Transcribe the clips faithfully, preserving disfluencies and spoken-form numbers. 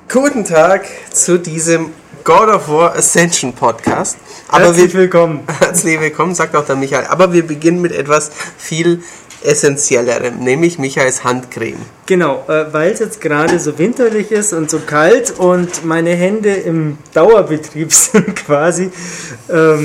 Guten Tag zu diesem God of War Ascension Podcast. Aber herzlich wir, willkommen. Herzlich willkommen, sagt auch der Michael. Aber wir beginnen mit etwas viel Essentiellerem, nämlich Michaels Handcreme. Genau, äh, weil es jetzt gerade so winterlich ist und so kalt und meine Hände im Dauerbetrieb sind quasi, ähm,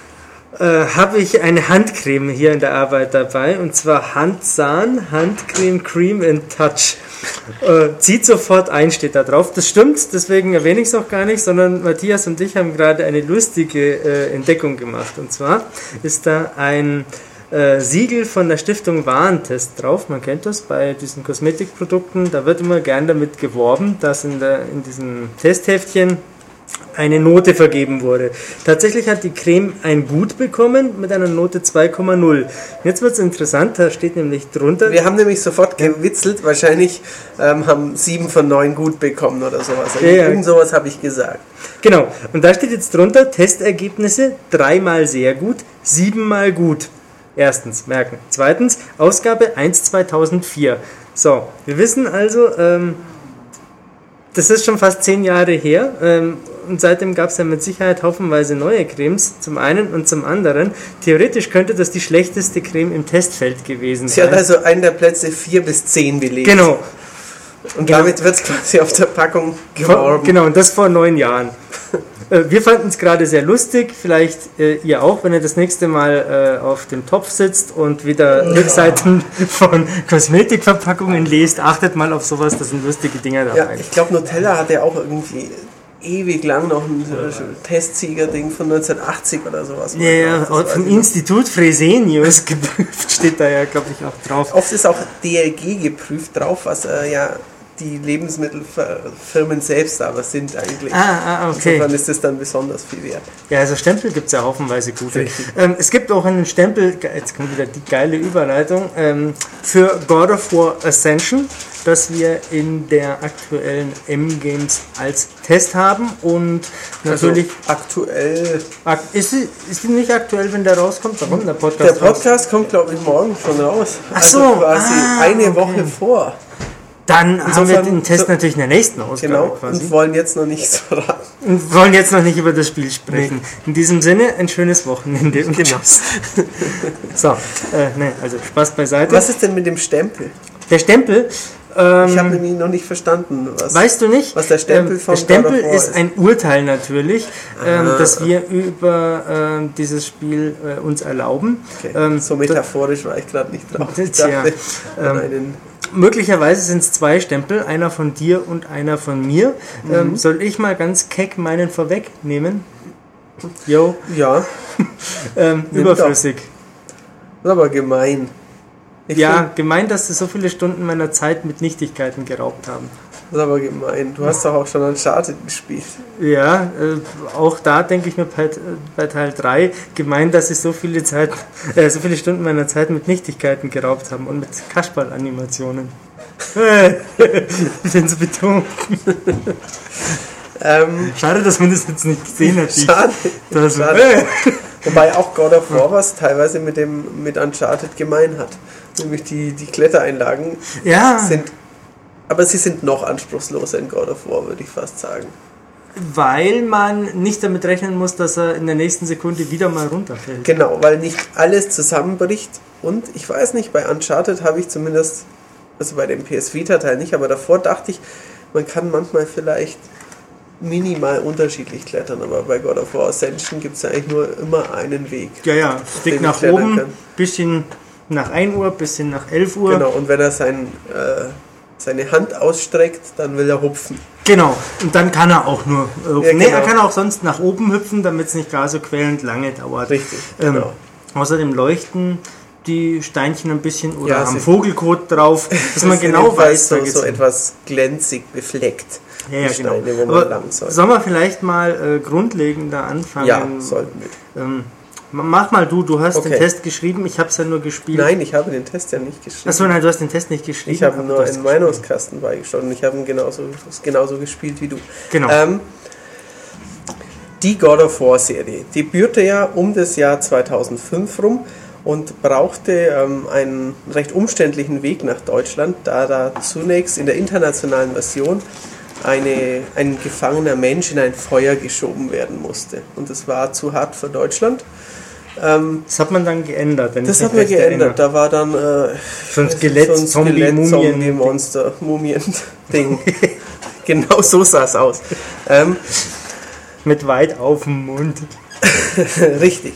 äh, habe ich eine Handcreme hier in der Arbeit dabei, und zwar Handzahn Handcreme Cream and Touch. Äh, zieht sofort ein, steht da drauf. Das stimmt, deswegen erwähne ich es auch gar nicht, sondern Matthias und ich haben gerade eine lustige äh, Entdeckung gemacht. Und zwar ist da ein äh, Siegel von der Stiftung Warentest drauf. Man kennt das bei diesen Kosmetikprodukten. Da wird immer gern damit geworben, dass in, der, in diesem Testheftchen eine Note vergeben wurde. Tatsächlich hat die Creme ein Gut bekommen mit einer Note zwei Komma null. Jetzt wird es interessant, da steht nämlich drunter... Wir haben nämlich sofort gewitzelt, wahrscheinlich ähm, haben sieben von neun Gut bekommen oder sowas. Ja, ja. Irgend sowas habe ich gesagt. Genau, und da steht jetzt drunter, Testergebnisse dreimal sehr gut, siebenmal gut. Erstens, merken. Zweitens, Ausgabe eins zweitausendvier. So, wir wissen also... Ähm, Das ist schon fast zehn Jahre her, ähm, und seitdem gab es ja mit Sicherheit haufenweise neue Cremes, zum einen, und zum anderen, theoretisch könnte das die schlechteste Creme im Testfeld gewesen sein. Sie hat also einen der Plätze vier bis zehn belegt. Genau. Und genau. damit wird es quasi auf der Packung geworben. Genau, und das vor neun Jahren. Wir fanden es gerade sehr lustig, vielleicht äh, ihr auch, wenn ihr das nächste Mal äh, auf dem Topf sitzt und wieder Rückseiten von Kosmetikverpackungen lest, achtet mal auf sowas, das sind lustige Dinger dabei. Ja, ich glaube, Nutella hat ja auch irgendwie ewig lang noch ein Testsieger-Ding von neunzehnhundertachtzig oder sowas. Ja, ja, vom Institut Fresenius geprüft, steht da ja, glaube ich, auch drauf. Oft ist auch D L G geprüft drauf, was äh, ja... die Lebensmittelfirmen selbst aber sind eigentlich. Ah, ah, okay. Insofern ist das dann besonders viel wert. Ja, also Stempel gibt es ja haufenweise gute. Ähm, es gibt auch einen Stempel, jetzt kommt wieder die geile Überleitung, ähm, für God of War Ascension, das wir in der aktuellen M-Games als Test haben, und natürlich... Also aktuell... Ak ist sie ist die nicht aktuell, wenn der rauskommt? Warum? Der Podcast, der Podcast raus? kommt, glaube ich, morgen schon raus. Ach so, also quasi ah, eine okay. Woche vor. Dann Insofern, haben wir den Test natürlich in der nächsten Ausgabe. Genau, quasi. Und wollen jetzt noch nicht so raten. Und wollen jetzt noch nicht über das Spiel sprechen. Nee. In diesem Sinne, ein schönes Wochenende und genau. So, äh, ne, also Spaß beiseite. Was ist denn mit dem Stempel? Der Stempel... Ähm, ich habe nämlich noch nicht verstanden, was, weißt du nicht? was der Stempel von Der Stempel ist, ist ein Urteil natürlich, ähm, dass wir über ähm, dieses Spiel äh, uns erlauben. Okay. Ähm, so metaphorisch war ich gerade nicht drauf. Ich dachte, ja. ähm, möglicherweise sind es zwei Stempel, einer von dir und einer von mir. Mhm. Ähm, soll ich mal ganz keck meinen vorwegnehmen? Jo. Ja. ähm, überflüssig. Das ist aber gemein. Ich ja, gemein, dass sie so viele Stunden meiner Zeit mit Nichtigkeiten geraubt haben. Das ist aber gemein. Du hast doch auch schon Uncharted gespielt. Ja, äh, auch da denke ich mir bei, bei Teil drei, gemein, dass sie so viele Zeit, äh, so viele Stunden meiner Zeit mit Nichtigkeiten geraubt haben und mit Kasperl-Animationen. Ich bin so betrunken. Ähm, Schade, dass man das jetzt nicht gesehen hat. Schade. Das Schade. Wobei auch God of War was teilweise mit dem mit Uncharted gemein hat. Nämlich die, die Klettereinlagen ja. sind, aber sie sind noch anspruchsloser in God of War, würde ich fast sagen. Weil man nicht damit rechnen muss, dass er in der nächsten Sekunde wieder mal runterfällt. Genau, weil nicht alles zusammenbricht. Und ich weiß nicht, bei Uncharted habe ich zumindest, also bei dem P S Vita-Teil nicht, aber davor dachte ich, man kann manchmal vielleicht minimal unterschiedlich klettern, aber bei God of War Ascension gibt es ja eigentlich nur immer einen Weg. Ja, ja, Stick nach oben, kann. bisschen nach ein Uhr, bisschen nach elf Uhr. Genau, und wenn er sein, äh, seine Hand ausstreckt, dann will er hupfen. Genau, und dann kann er auch nur hupfen. Ja, genau. Nee, er kann auch sonst nach oben hüpfen, damit es nicht gar so quälend lange dauert. Richtig, ähm, genau. Außerdem leuchten die Steinchen ein bisschen oder ja, haben Vogelkot drauf, dass man genau weiß, so, so etwas glänzig befleckt. Ja, ja, genau. Steine, wo man Aber lang soll. Sollen wir vielleicht mal äh, grundlegender anfangen? Ja, sollten wir. Ähm, mach mal du, du hast okay. den Test geschrieben, ich habe es ja nur gespielt. Nein, ich habe den Test ja nicht geschrieben. Achso, nein, du hast den Test nicht geschrieben. Ich habe nur einen Meinungskasten beigeschaut und ich habe ihn genauso, genauso gespielt wie du. Genau. Ähm, die God of War Serie debütierte ja um das Jahr zweitausendfünf rum und brauchte ähm, einen recht umständlichen Weg nach Deutschland, da da zunächst in der internationalen Version eine, ein gefangener Mensch in ein Feuer geschoben werden musste. Und das war zu hart für Deutschland. Ähm, das hat man dann geändert. Wenn das ich hat man geändert. Da war dann äh, so ein Skelett, so ein Skelett Zombie, Monster, Mumien-Ding. Genau so sah es aus. Ähm, Mit weit auf dem Mund. Richtig.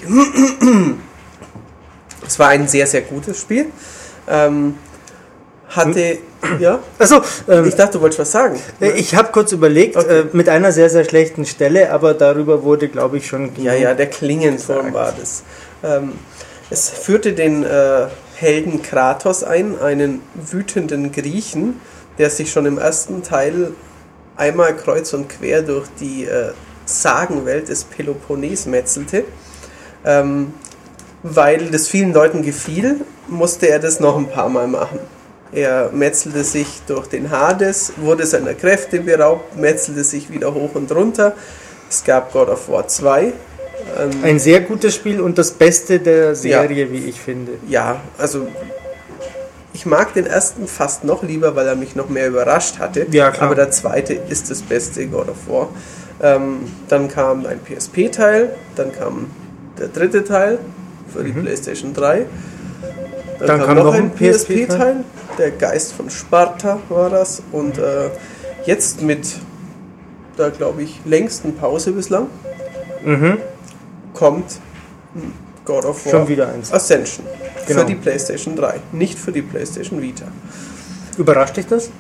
Es war ein sehr, sehr gutes Spiel. Ähm, hatte, hm? ja? Achso, ähm, ich dachte, du wolltest was sagen. Ich habe kurz überlegt, okay. äh, mit einer sehr, sehr schlechten Stelle, aber darüber wurde, glaube ich, schon... Ja, ja, der Klingenturm war das. Ähm, es führte den äh, Helden Kratos ein, einen wütenden Griechen, der sich schon im ersten Teil einmal kreuz und quer durch die äh, Sagenwelt des Peloponnes metzelte. Ähm, weil das vielen Leuten gefiel, musste er das noch ein paar Mal machen. Er metzelte sich durch den Hades, wurde seiner Kräfte beraubt, metzelte sich wieder hoch und runter. Es gab God of War zwei. Ähm, ein sehr gutes Spiel und das Beste der Serie, ja, wie ich finde. Ja, also ich mag den ersten fast noch lieber, weil er mich noch mehr überrascht hatte. Ja, klar. Aber der zweite ist das beste God of War. Ähm, dann kam ein P S P-Teil, dann kam der dritte Teil für die mhm. PlayStation drei. Dann, dann kam, kam noch, noch ein P S P-Teil, der Geist von Sparta war das. Und äh, jetzt mit der, glaube ich, längsten Pause bislang mhm. kommt God of War Schon wieder eins. Ascension genau. für die PlayStation drei, nicht für die PlayStation Vita. Überrascht dich das?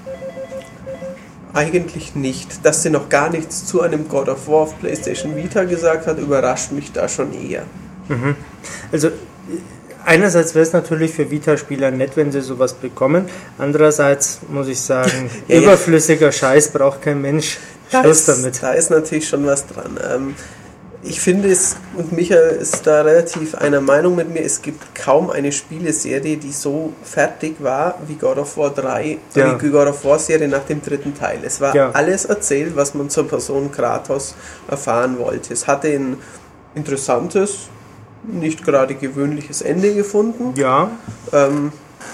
Eigentlich nicht. Dass sie noch gar nichts zu einem God of War auf PlayStation Vita gesagt hat, überrascht mich da schon eher. Mhm. Also einerseits wäre es natürlich für Vita-Spieler nett, wenn sie sowas bekommen. Andererseits muss ich sagen, ja, überflüssiger ja. Scheiß braucht kein Mensch. Da Schluss ist, damit. Da ist natürlich schon was dran. Ähm, ich finde es, und Michael ist da relativ einer Meinung mit mir, es gibt kaum eine Spieleserie, die so fertig war wie God of War drei, ja. die God of War Serie nach dem dritten Teil. Es war ja. alles erzählt, was man zur Person Kratos erfahren wollte. Es hatte ein interessantes, nicht gerade gewöhnliches Ende gefunden. Ja. Ähm,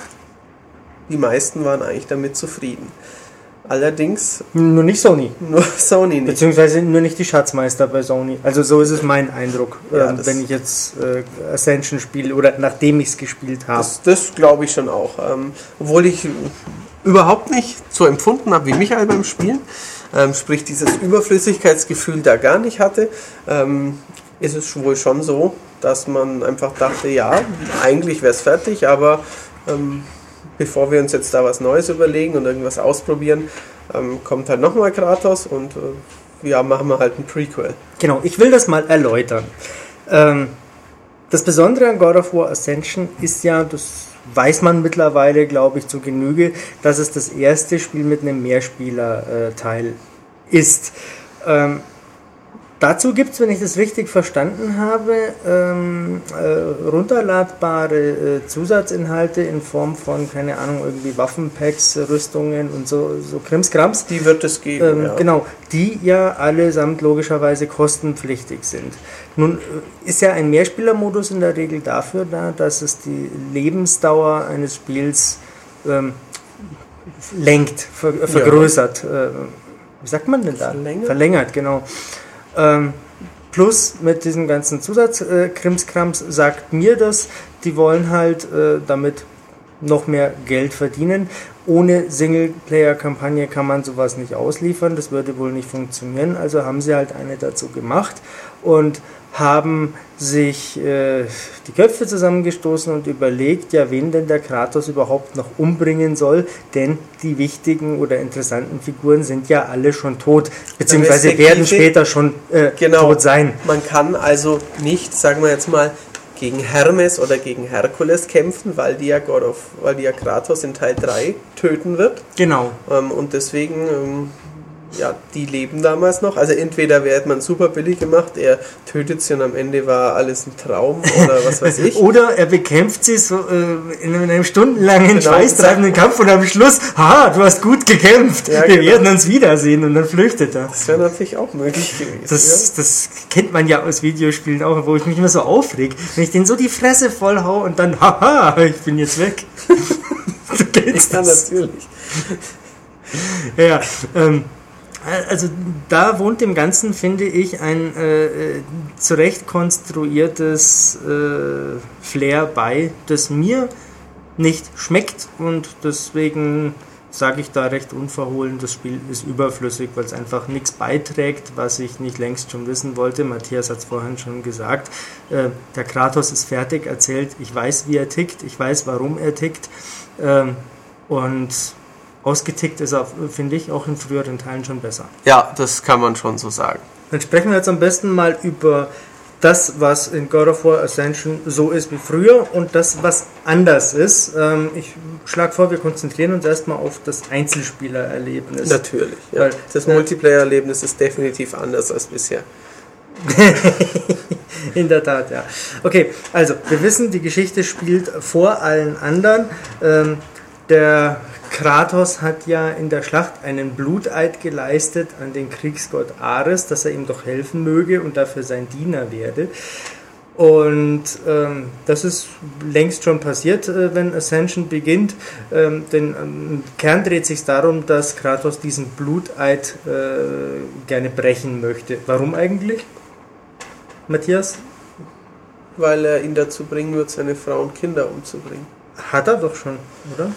die meisten waren eigentlich damit zufrieden. Allerdings... Nur nicht Sony. Nur Sony nicht. Beziehungsweise nur nicht die Schatzmeister bei Sony. Also so ist es mein Eindruck, ja, ähm, wenn ich jetzt äh, Ascension spiele oder nachdem ich es gespielt habe. Das, das glaube ich schon auch. Ähm, obwohl ich überhaupt nicht so empfunden habe wie Michael beim Spielen. Ähm, sprich, dieses Überflüssigkeitsgefühl da gar nicht hatte. Ähm, ist es wohl schon so, dass man einfach dachte, ja, eigentlich wäre es fertig, aber ähm, bevor wir uns jetzt da was Neues überlegen und irgendwas ausprobieren, ähm, kommt halt nochmal Kratos und äh, ja, machen wir halt ein Prequel. Genau, ich will das mal erläutern. Ähm, das Besondere an God of War Ascension ist ja, das weiß man mittlerweile, glaube ich, zu Genüge, dass es das erste Spiel mit einem Mehrspieler-Teil ist. Ähm, Dazu gibt es, wenn ich das richtig verstanden habe, ähm, äh, runterladbare äh, Zusatzinhalte in Form von, keine Ahnung, irgendwie Waffenpacks, Rüstungen und so, so Krimskrams. Die wird es geben, ähm, ja. Genau, die ja allesamt logischerweise kostenpflichtig sind. Nun äh, ist ja ein Mehrspielermodus in der Regel dafür da, dass es die Lebensdauer eines Spiels ähm, lenkt, ver vergrößert. Ja. Äh, wie sagt man denn da? Verlängert, Verlängert genau. Ähm, plus mit diesem ganzen Zusatzkrimskrams äh, sagt mir das, die wollen halt äh, damit noch mehr Geld verdienen. Ohne Singleplayer-Kampagne kann man sowas nicht ausliefern, das würde wohl nicht funktionieren, also haben sie halt eine dazu gemacht und haben sich äh, die Köpfe zusammengestoßen und überlegt, ja, wen denn der Kratos überhaupt noch umbringen soll, denn die wichtigen oder interessanten Figuren sind ja alle schon tot, beziehungsweise werden später schon äh, genau, tot sein. Man kann also nicht, sagen wir jetzt mal, gegen Hermes oder gegen Herkules kämpfen, weil die ja God of, weil die ja Kratos in Teil drei töten wird. Genau. Ähm, und deswegen, ähm, ja, die leben damals noch. Also entweder wird man super billig gemacht, er tötet sie und am Ende war alles ein Traum oder was weiß ich. Oder er bekämpft sie so äh, in einem stundenlangen, genau, schweißtreibenden Kampf und am Schluss, haha, du hast gut gekämpft, ja, wir genau. werden uns wiedersehen und dann flüchtet er. Das wäre natürlich auch möglich gewesen. Das, ja? das kennt man ja aus Videospielen auch, wo ich mich immer so aufreg, wenn ich den so die Fresse voll hau und dann, haha, ich bin jetzt weg. Du kennst ja, das. natürlich. Ja, ähm, Also da wohnt dem Ganzen, finde ich, ein äh, zurecht konstruiertes äh, Flair bei, das mir nicht schmeckt und deswegen sage ich da recht unverhohlen, das Spiel ist überflüssig, weil es einfach nichts beiträgt, was ich nicht längst schon wissen wollte. Matthias hat es vorhin schon gesagt, äh, der Kratos ist fertig erzählt, ich weiß, wie er tickt, ich weiß, warum er tickt ähm, und ausgetickt ist er, finde ich, auch in früheren Teilen schon besser. Ja, das kann man schon so sagen. Dann sprechen wir jetzt am besten mal über das, was in God of War Ascension so ist wie früher und das, was anders ist. Ähm, ich schlage vor, wir konzentrieren uns erstmal auf das Einzelspielererlebnis. Natürlich, ja. Weil, das äh, Multiplayer-Erlebnis ist definitiv anders als bisher. In der Tat, ja. Okay, also, wir wissen, die Geschichte spielt vor allen anderen. Ähm, der Kratos hat ja in der Schlacht einen Bluteid geleistet an den Kriegsgott Ares, dass er ihm doch helfen möge und dafür sein Diener werde. Und ähm, das ist längst schon passiert, äh, wenn Ascension beginnt. Ähm, denn im Kern dreht sich darum, dass Kratos diesen Bluteid äh, gerne brechen möchte. Warum eigentlich, Matthias? Weil er ihn dazu bringen wird, seine Frau und Kinder umzubringen. Hat er doch schon, oder?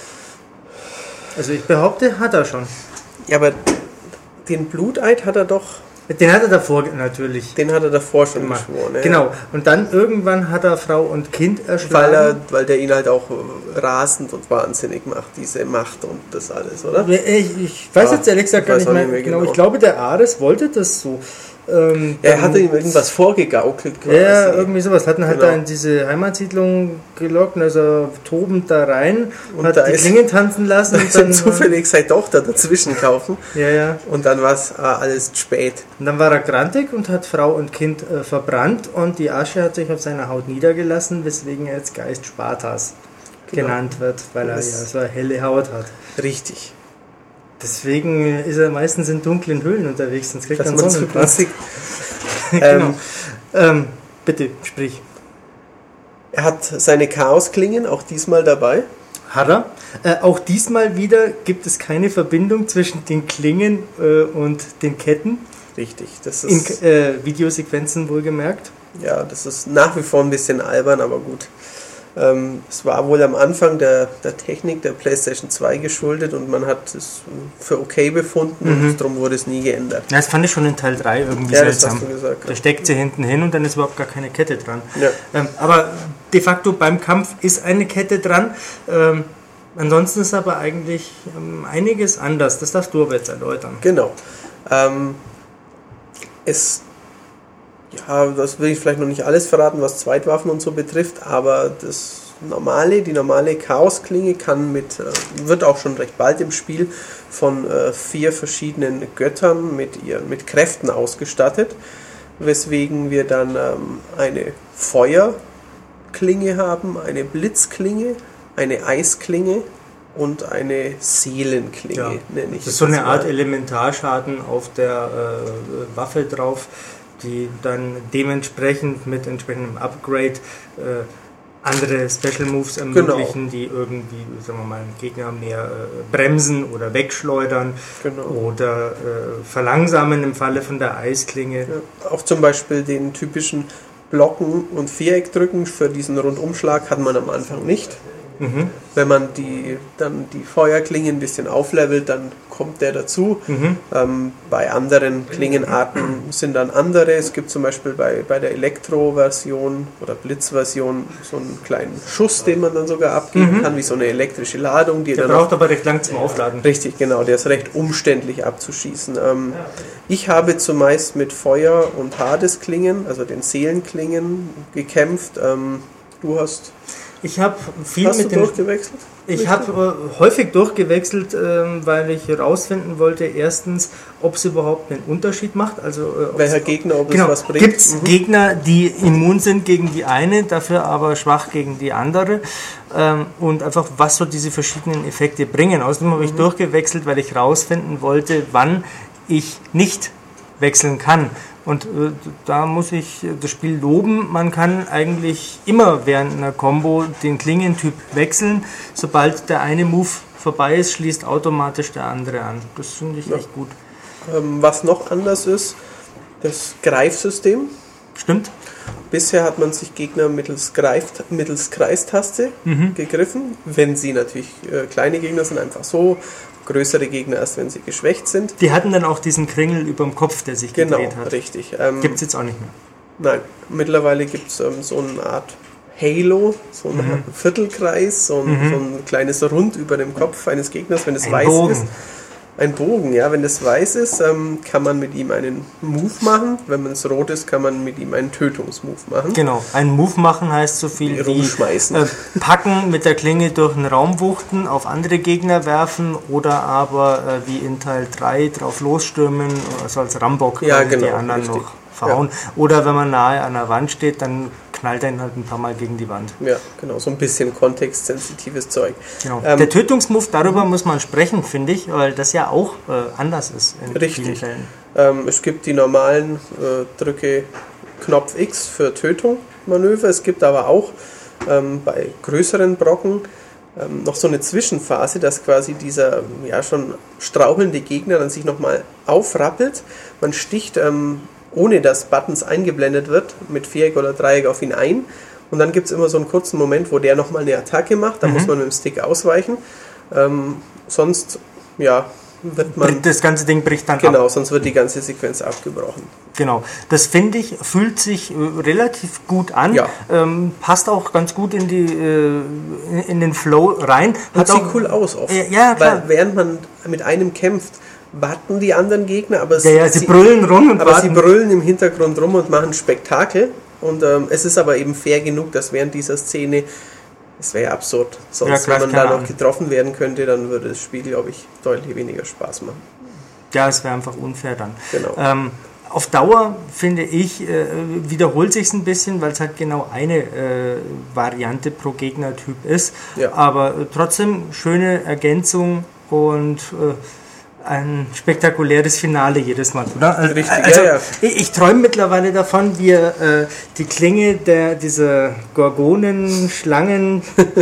Also ich behaupte, hat er schon. Ja, aber den Bluteid hat er doch... Den hat er davor natürlich. Den hat er davor schon gemacht. geschworen. Ja. Genau. Und dann irgendwann hat er Frau und Kind erschlagen. Weil, er, weil der ihn halt auch rasend und wahnsinnig macht, diese Macht und das alles, oder? Ich, ich weiß ja, jetzt ehrlich gesagt gar nicht mehr, mehr genau. genau. Ich glaube, der Ares wollte das so. Ähm, ja, er hatte ihm irgendwas vorgegaukelt quasi. Ja, irgendwie sowas. Hat ihn halt genau. da in diese Heimatsiedlung gelockt, also tobend da rein und hat da die Klingen tanzen lassen. Und dann zufällig seine Tochter dazwischen kaufen. Ja, ja. Und dann war es ah, alles spät. Und dann war er grantig und hat Frau und Kind äh, verbrannt und die Asche hat sich auf seiner Haut niedergelassen, weswegen er jetzt Geist Spartas genau. genannt wird, weil er ja so eine helle Haut hat. Richtig. Deswegen ist er meistens in dunklen Höhlen unterwegs, sonst kriegt er einen Sonnenbrand. Genau. ähm, ähm, bitte, sprich. Er hat seine Chaosklingen auch diesmal dabei. Hat er. Äh, auch diesmal wieder gibt es keine Verbindung zwischen den Klingen äh, und den Ketten. Richtig. Das ist in äh, Videosequenzen wohlgemerkt. Ja, das ist nach wie vor ein bisschen albern, aber gut. Ähm, es war wohl am Anfang der, der Technik der PlayStation zwei geschuldet und man hat es für okay befunden mhm. und darum wurde es nie geändert. Ja, das fand ich schon in Teil drei irgendwie ja, seltsam. Das hast du gesagt, da steckt sie hinten hin und dann ist überhaupt gar keine Kette dran. Ja. Ähm, aber de facto beim Kampf ist eine Kette dran. Ähm, ansonsten ist aber eigentlich ähm, einiges anders. Das darfst du aber jetzt erläutern. Genau. Ähm, es Ja, das will ich vielleicht noch nicht alles verraten, was Zweitwaffen und so betrifft, aber das normale, die normale Chaosklinge kann mit, äh, wird auch schon recht bald im Spiel von äh, vier verschiedenen Göttern mit ihren mit Kräften ausgestattet, weswegen wir dann ähm, eine Feuerklinge haben, eine Blitzklinge, eine Eisklinge und eine Seelenklinge, ja, nenne ich. Das ist so eine Art Elementarschaden auf der äh, Waffe drauf, die dann dementsprechend mit entsprechendem Upgrade äh, andere Special Moves ermöglichen, genau. die irgendwie, sagen wir mal, einen Gegner mehr äh, bremsen oder wegschleudern genau. oder äh, verlangsamen im Falle von der Eisklinge. Ja, auch zum Beispiel den typischen Blocken und Viereck drücken für diesen Rundumschlag hat man am Anfang nicht. Mhm. Wenn man die, dann die Feuerklinge ein bisschen auflevelt, dann kommt der dazu. Mhm. Ähm, bei anderen Klingenarten sind dann andere. Es gibt zum Beispiel bei, bei der Elektro-Version oder Blitz-Version so einen kleinen Schuss, den man dann sogar abgeben mhm. kann, wie so eine elektrische Ladung. Die der dann braucht aber recht lang zum Aufladen. Richtig, genau. Der ist recht umständlich abzuschießen. Ähm, ich habe zumeist mit Feuer- und Hades-Klingen, also den Seelenklingen, gekämpft. Ähm, du hast... Ich habe viel Hast mit du den durchgewechselt? Ich habe äh, häufig durchgewechselt, ähm, weil ich herausfinden wollte, erstens, ob es überhaupt einen Unterschied macht. Also, äh, welcher Gegner, ob genau, es was bringt. Gibt es mhm. Gegner, die immun sind gegen die eine, dafür aber schwach gegen die andere? Ähm, und einfach, was so diese verschiedenen Effekte bringen. Außerdem habe ich mhm. durchgewechselt, weil ich herausfinden wollte, wann ich nicht wechseln kann. Und äh, da muss ich das Spiel loben. Man kann eigentlich immer während einer Combo den Klingentyp wechseln. Sobald der eine Move vorbei ist, schließt automatisch der andere an. Das finde ich ja. echt gut. Ähm, was noch anders ist, das Greifsystem. Stimmt. Bisher hat man sich Gegner mittels, Greif, mittels Kreistaste mhm. gegriffen. Wenn sie natürlich äh, kleine Gegner sind, einfach so. Größere Gegner erst, wenn sie geschwächt sind. Die hatten dann auch diesen Kringel über dem Kopf, der sich genau, gedreht hat. Genau, richtig. Ähm, gibt es jetzt auch nicht mehr. Nein, mittlerweile gibt es ähm, so eine Art Halo, so einen mhm. Viertelkreis, so ein, mhm. so ein kleines Rund über dem Kopf eines Gegners, wenn es ein weiß Bogen. ist. Ein Bogen, ja, wenn es weiß ist, ähm, kann man mit ihm einen Move machen. Wenn es rot ist, kann man mit ihm einen Tötungsmove machen. Genau, ein Move machen heißt so viel wie rumschmeißen. Äh, packen, mit der Klinge durch den Raum wuchten, auf andere Gegner werfen oder aber äh, wie in Teil drei drauf losstürmen, also als Rambock ja, genau, die anderen richtig. noch verhauen. Ja. Oder wenn man nahe an der Wand steht, dann knallt er ihn halt ein paar Mal gegen die Wand. Ja, genau, so ein bisschen kontextsensitives Zeug. Genau. Ähm, der Tötungsmove, darüber muss man sprechen, finde ich, weil das ja auch äh, anders ist in richtig. vielen Fällen. Ähm, es gibt die normalen äh, Drücke Knopf X für Tötung Manöver. Es gibt aber auch ähm, bei größeren Brocken ähm, noch so eine Zwischenphase, dass quasi dieser ja schon strauchelnde Gegner dann sich nochmal aufrappelt. Man sticht ähm, ohne dass Buttons eingeblendet wird, mit Viereck oder Dreieck auf ihn ein. Und dann gibt es immer so einen kurzen Moment, wo der nochmal eine Attacke macht. Da mhm. muss man mit dem Stick ausweichen. Ähm, sonst, ja, wird man... Das ganze Ding bricht dann genau, ab. Genau, ab. sonst wird die ganze Sequenz abgebrochen. Genau, das finde ich, fühlt sich äh, relativ gut an. Ja. Ähm, passt auch ganz gut in, die, äh, in, in den Flow rein. Hat Hat sieht auch, cool aus oft. Äh, ja, klar. Weil während man mit einem kämpft, warten die anderen Gegner, aber, ja, ja, sie, sie brüllen rum und aber warten. sie brüllen im Hintergrund rum und machen Spektakel. Und ähm, es ist aber eben fair genug, dass während dieser Szene, es wäre ja absurd, sonst ja, klar, wenn man da noch getroffen werden könnte, dann würde das Spiel, glaube ich, deutlich weniger Spaß machen. Ja, es wäre einfach unfair dann. Genau. Ähm, auf Dauer, finde ich, äh, wiederholt sich es ein bisschen, weil es halt genau eine äh, Variante pro Gegnertyp ist. Ja. Aber äh, trotzdem schöne Ergänzung und äh, ein spektakuläres Finale jedes Mal, oder? Richtig, also, ja, ja. Ich, ich träume mittlerweile davon, wie er äh, die Klinge der dieser Gorgonen-Schlangen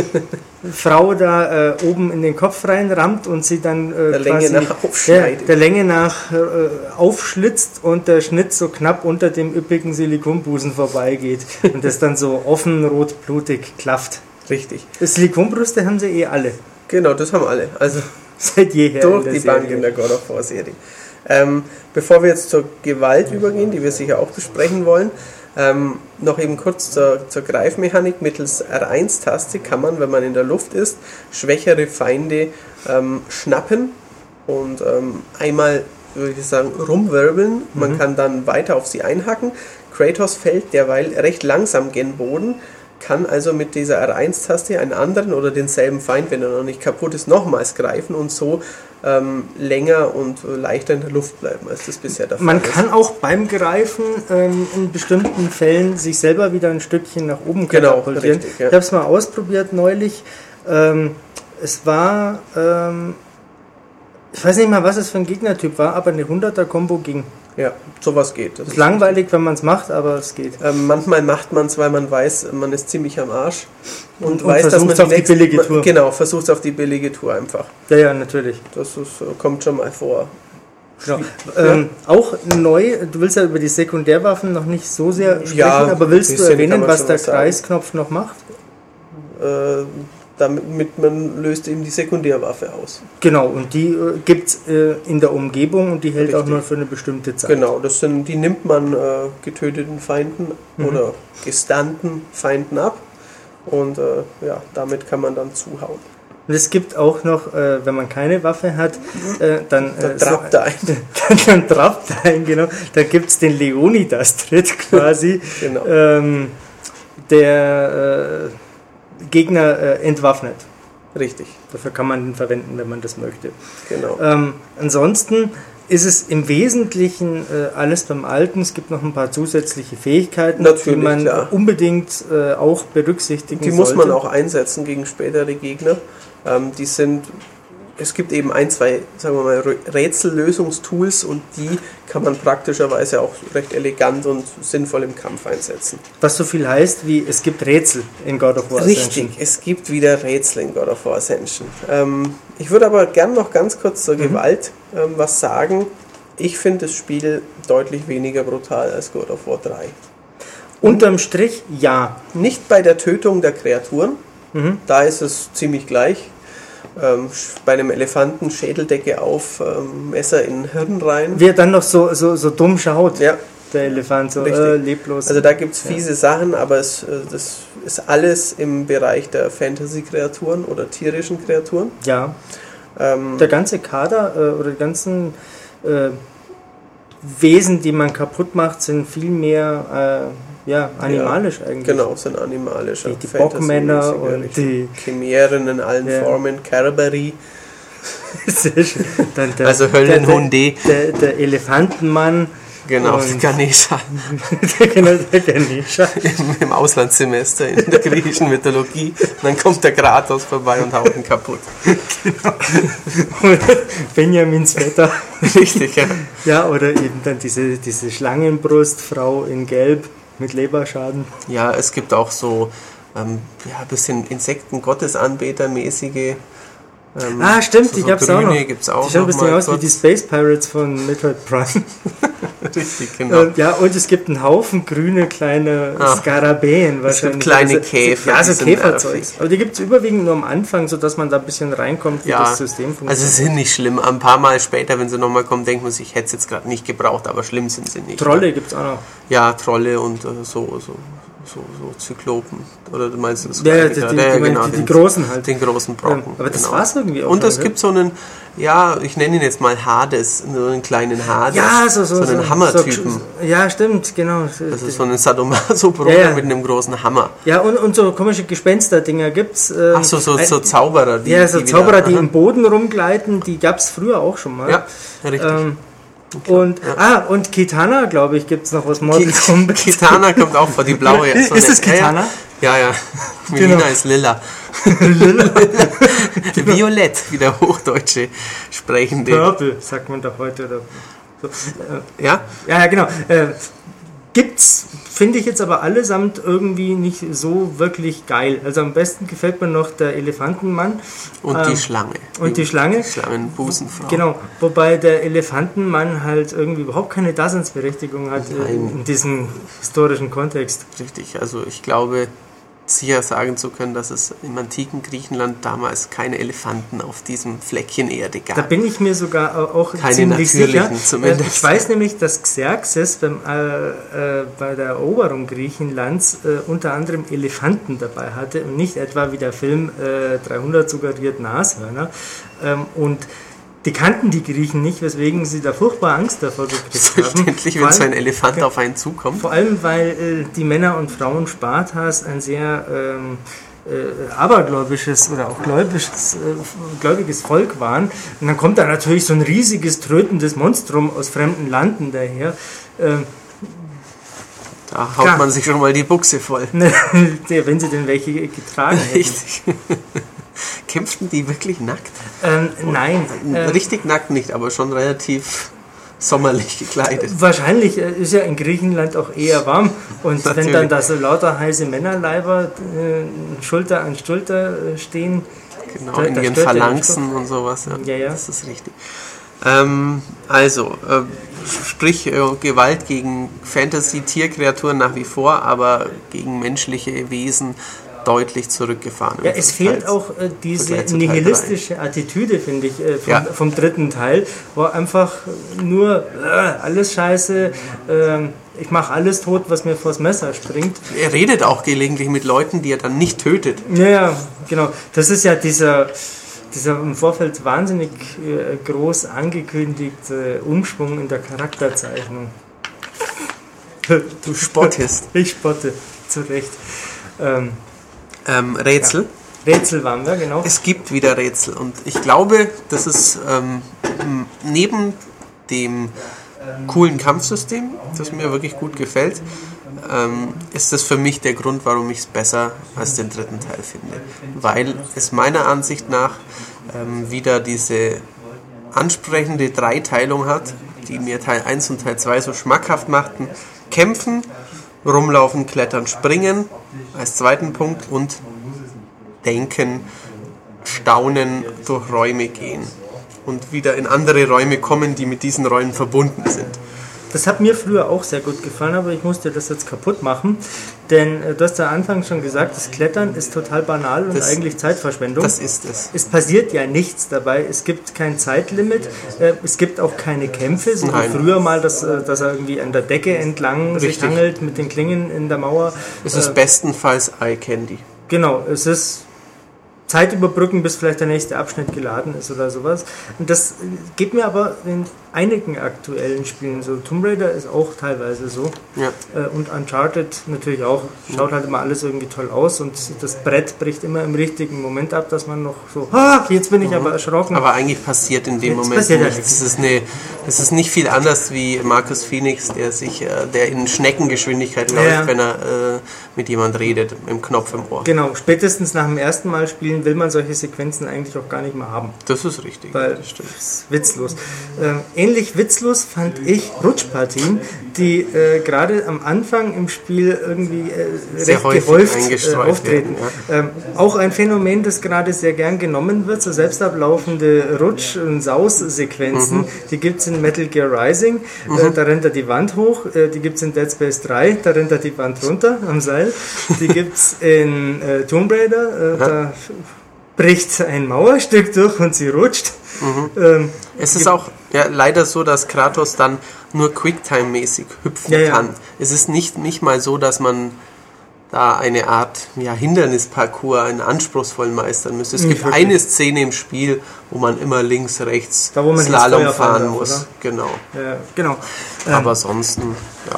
Frau da äh, oben in den Kopf reinrammt und sie dann äh, der quasi Länge nach aufschneidet. Der, der Länge nach äh, aufschlitzt und der Schnitt so knapp unter dem üppigen Silikonbusen vorbeigeht und das dann so offen rotblutig klafft. Richtig. Silikonbrüste haben sie eh alle. Genau, das haben alle. Also seit jeher. Durch die Bank in der God of War Serie. Ähm, bevor wir jetzt zur Gewalt übergehen, die wir sicher auch besprechen wollen, ähm, noch eben kurz zur, zur Greifmechanik. Mittels R eins Taste kann man, wenn man in der Luft ist, schwächere Feinde ähm, schnappen und ähm, einmal, würde ich sagen, rumwirbeln. Man mhm. kann dann weiter auf sie einhacken. Kratos fällt derweil recht langsam gen Boden, kann also mit dieser R eins Taste einen anderen oder denselben Feind, wenn er noch nicht kaputt ist, nochmals greifen und so ähm, länger und leichter in der Luft bleiben, als das bisher der Fall Man ist. kann auch beim Greifen ähm, in bestimmten Fällen sich selber wieder ein Stückchen nach oben katapultieren. Genau, richtig, ja. Ich habe es mal ausprobiert neulich. Ähm, es war, ähm, ich weiß nicht mal, was es für ein Gegnertyp war, aber eine hunderter-Kombo ging. Ja, sowas geht. Das ist langweilig, wenn man es macht, aber es geht. Ähm, manchmal macht man es, weil man weiß, man ist ziemlich am Arsch und, und, und weiß, dass man die, auf die billige Tour. Genau, versucht es auf die billige Tour einfach. Ja, ja, natürlich. Das ist, kommt schon mal vor. Genau. Ähm, auch neu, du willst ja über die Sekundärwaffen noch nicht so sehr sprechen, ja, aber willst du erwähnen, was der was Kreisknopf noch macht? Äh, damit man löst eben die Sekundärwaffe aus. Genau, und die äh, gibt es äh, in der Umgebung und die hält Richtig. auch nur für eine bestimmte Zeit. Genau, das sind, die nimmt man äh, getöteten Feinden mhm. oder gestunnten Feinden ab und äh, ja, damit kann man dann zuhauen. Und es gibt auch noch, äh, wenn man keine Waffe hat, äh, dann, äh, dann trappt so, er ein. dann, dann trappt er ein, genau. Da gibt es den Leonidas-Tritt quasi, genau. ähm, der äh, Gegner äh, entwaffnet. Richtig. Dafür kann man ihn verwenden, wenn man das möchte. Genau. Ähm, ansonsten ist es im Wesentlichen äh, alles beim Alten. Es gibt noch ein paar zusätzliche Fähigkeiten, Natürlich, die man klar. unbedingt äh, auch berücksichtigen Die sollte. muss man auch einsetzen gegen spätere Gegner. Ähm, die sind, es gibt eben ein, zwei, sagen wir mal, Rätsellösungstools und die kann man praktischerweise auch recht elegant und sinnvoll im Kampf einsetzen. Was so viel heißt wie, es gibt Rätsel in God of War Ascension. Richtig, es gibt wieder Rätsel in God of War Ascension. Ähm, ich würde aber gern noch ganz kurz zur mhm. Gewalt ähm, was sagen. ich finde das Spiel deutlich weniger brutal als God of War drei. Unterm Strich, ja. Nicht bei der Tötung der Kreaturen, mhm. da ist es ziemlich gleich. Ähm, bei einem Elefanten Schädeldecke auf, ähm, Messer in Hirn rein. Wie er dann noch so, so, so dumm schaut, ja. der Elefant, so äh, leblos. Also da gibt es fiese ja. Sachen, aber es, das ist alles im Bereich der Fantasy-Kreaturen oder tierischen Kreaturen. Ja. Ähm, der ganze Kader äh, oder die ganzen äh, Wesen, die man kaputt macht, sind viel mehr äh, ja, animalisch ja, eigentlich. Genau, sind animalisch. Die, die Bockmänner und die Chimären in allen ja. Formen, Kerberie. Sehr schön. Dann der, also Höllenhunde. Der, der, der Elefantenmann. Genau, der Ganesha. genau, der Ganesha. Im, Im Auslandssemester in der griechischen Mythologie. Und dann kommt der Kratos vorbei und haut ihn kaputt. Genau. Benjamins Vetter. Richtig, ja. Ja, oder eben dann diese, diese Schlangenbrustfrau in Gelb mit Leberschaden. Ja, es gibt auch so ähm, ja, ein bisschen Insekten-Gottesanbeter-mäßige. Ähm, ah, stimmt, so, die so gab's auch noch. Gibt's auch die schauen ein bisschen aus kurz. wie die Space Pirates von Metroid Prime. Richtig, genau. Und, ja, und es gibt einen Haufen grüne kleine ah, Skarabäen wahrscheinlich. Es gibt kleine also, Käfer. Ja, so Käferzeugs. Aber die gibt es überwiegend nur am Anfang, sodass man da ein bisschen reinkommt, wie ja, das System funktioniert. Also sie sind nicht schlimm. Ein paar Mal später, wenn sie nochmal kommen, denkt man sich, ich hätte es jetzt gerade nicht gebraucht, aber schlimm sind sie nicht. Trolle gibt es auch noch. Ja, Trolle und äh, so, so. So, so Zyklopen. Oder du meinst das? Ja, die, die, ja, genau, die, die großen halt. Den großen Brocken. Ja, aber das genau. war's irgendwie auch. Und es gibt so einen, ja, ich nenne ihn jetzt mal Hades, so einen kleinen Hades. Ja, so, so, so einen so, Hammertypen. So, ja, stimmt, genau. Das ist so ein Sadomaso-Bruder ja, ja. mit einem großen Hammer. Ja, und, und so komische Gespenster-Dinger gibt's. Ähm, Ach so, so, so Zauberer. Die, ja, so die Zauberer, wieder, die aha. im Boden rumgleiten, die gab's früher auch schon mal. Ja, richtig. Ähm, Okay. Und, ja. ah, und Kitana, glaube ich, gibt es noch was Mortal Kombat. Kitana kommt auch vor, die blaue. So ist es Kitana? Ja, ja. Melina genau. ist lila. Lila. Violett, wie der Hochdeutsche sprechende. Purple, sagt man doch heute. Oder so. Ja? Ja, genau. Äh, gibt's, finde ich jetzt aber allesamt irgendwie nicht so wirklich geil. Also am besten gefällt mir noch der Elefantenmann. Und ähm, die Schlange. Und die Schlange. Schlangenbusenfrau. Genau, wobei der Elefantenmann halt irgendwie überhaupt keine Daseinsberechtigung hat äh, in diesem historischen Kontext. Richtig, also ich glaube, sicher sagen zu können, dass es im antiken Griechenland damals keine Elefanten auf diesem Fleckchen Erde gab. Da bin ich mir sogar auch keine ziemlich sicher. Zumindest. Ich weiß nämlich, dass Xerxes beim, äh, äh, bei der Eroberung Griechenlands äh, unter anderem Elefanten dabei hatte und nicht etwa wie der Film äh, dreihundert suggeriert Nashörner. Ähm, und die kannten die Griechen nicht, weswegen sie da furchtbar Angst davor gekriegt haben. Selbstverständlich, wenn so ein Elefant auf einen zukommt. Vor allem, weil äh, die Männer und Frauen Spartas ein sehr ähm, äh, abergläubisches oder auch gläubisches, äh, gläubiges Volk waren. Und dann kommt da natürlich so ein riesiges, trötendes Monstrum aus fremden Landen daher. Ähm, da haut klar. man sich schon mal die Buchse voll. Wenn sie denn welche getragen hätten. Richtig. Kämpften die wirklich nackt? Ähm, nein. Richtig äh, nackt nicht, aber schon relativ sommerlich gekleidet. Wahrscheinlich ist ja in Griechenland auch eher warm. Und natürlich. Wenn dann da so lauter heiße Männerleiber äh, Schulter an Schulter stehen. Genau, da, in ihren Phalanxen und sowas. Ja, ja, ja. Das ist richtig. Ähm, also, äh, sprich äh, Gewalt gegen Fantasy-Tierkreaturen nach wie vor, aber gegen menschliche Wesen deutlich zurückgefahren. Ja, es fehlt auch äh, diese nihilistische Attitüde, finde ich, äh, vom, ja. vom dritten Teil, wo einfach nur äh, alles scheiße, äh, ich mache alles tot, was mir vors Messer springt. Er redet auch gelegentlich mit Leuten, die er dann nicht tötet. Ja, genau. Das ist ja dieser, dieser im Vorfeld wahnsinnig äh, groß angekündigte Umschwung in der Charakterzeichnung. Du spottest. Ich spotte, zu Recht. Ähm, Ähm, Rätsel. Ja. Rätsel waren wir, genau. Es gibt wieder Rätsel und ich glaube, das ist ähm, neben dem coolen Kampfsystem, das mir wirklich gut gefällt, ähm, ist das für mich der Grund, warum ich es besser als den dritten Teil finde. Weil es meiner Ansicht nach ähm, wieder diese ansprechende Dreiteilung hat, die mir Teil eins und Teil zwei so schmackhaft machten. Kämpfen, rumlaufen, klettern, springen als zweiten Punkt und denken, staunen, durch Räume gehen. und wieder in andere Räume kommen, die mit diesen Räumen verbunden sind. Das hat mir früher auch sehr gut gefallen, aber ich musste das jetzt kaputt machen, denn äh, du hast ja anfangs schon gesagt, das Klettern ist total banal und das, eigentlich Zeitverschwendung. Das ist es. Es passiert ja nichts dabei, es gibt kein Zeitlimit, äh, es gibt auch keine Kämpfe, so Nein. wie früher mal, dass, äh, dass er irgendwie an der Decke entlang Richtig. sich hangelt mit den Klingen in der Mauer. Es ist äh, bestenfalls Eye Candy. Genau, es ist Zeit überbrücken, bis vielleicht der nächste Abschnitt geladen ist oder sowas. Und das geht mir aber in einigen aktuellen Spielen so. Tomb Raider ist auch teilweise so. Ja. Und Uncharted natürlich auch. Schaut halt immer alles irgendwie toll aus und das Brett bricht immer im richtigen Moment ab, dass man noch so, ah, jetzt bin ich mhm. aber erschrocken. Aber eigentlich passiert in dem jetzt Moment nichts. Es ist, eine, es ist nicht viel anders wie Marcus Phoenix, der sich, der in Schneckengeschwindigkeit läuft, ja. wenn er äh, mit jemand redet, mit dem Knopf im Ohr. Genau, spätestens nach dem ersten Mal spielen will man solche Sequenzen eigentlich auch gar nicht mehr haben. Das ist richtig. Weil das stimmt. Ist witzlos. Ähm, ähnlich witzlos fand ich Rutschpartien, die äh, gerade am Anfang im Spiel irgendwie äh, recht gehäuft äh, auftreten. Werden, ja. ähm, auch ein Phänomen, das gerade sehr gern genommen wird, so selbst ablaufende Rutsch- und Saus-Sequenzen, mhm. die gibt es in Metal Gear Rising, mhm. äh, da rennt er die Wand hoch, äh, die gibt es in Dead Space drei, da rennt er die Wand runter am Seil, die gibt es in äh, Tomb Raider, äh, ja. da bricht ein Mauerstück durch und sie rutscht. Mhm. Ähm, es ist auch ja, leider so, dass Kratos dann nur Quicktime-mäßig hüpfen ja, kann. Ja. Es ist nicht, nicht mal so, dass man da eine Art ja, Hindernisparcours, einen anspruchsvollen meistern müsste. Es nicht gibt wirklich. Eine Szene im Spiel, wo man immer links, rechts da, wo man Slalom fahren muss. Oder? Genau. Ja, genau. Aber ähm, ansonsten, ja.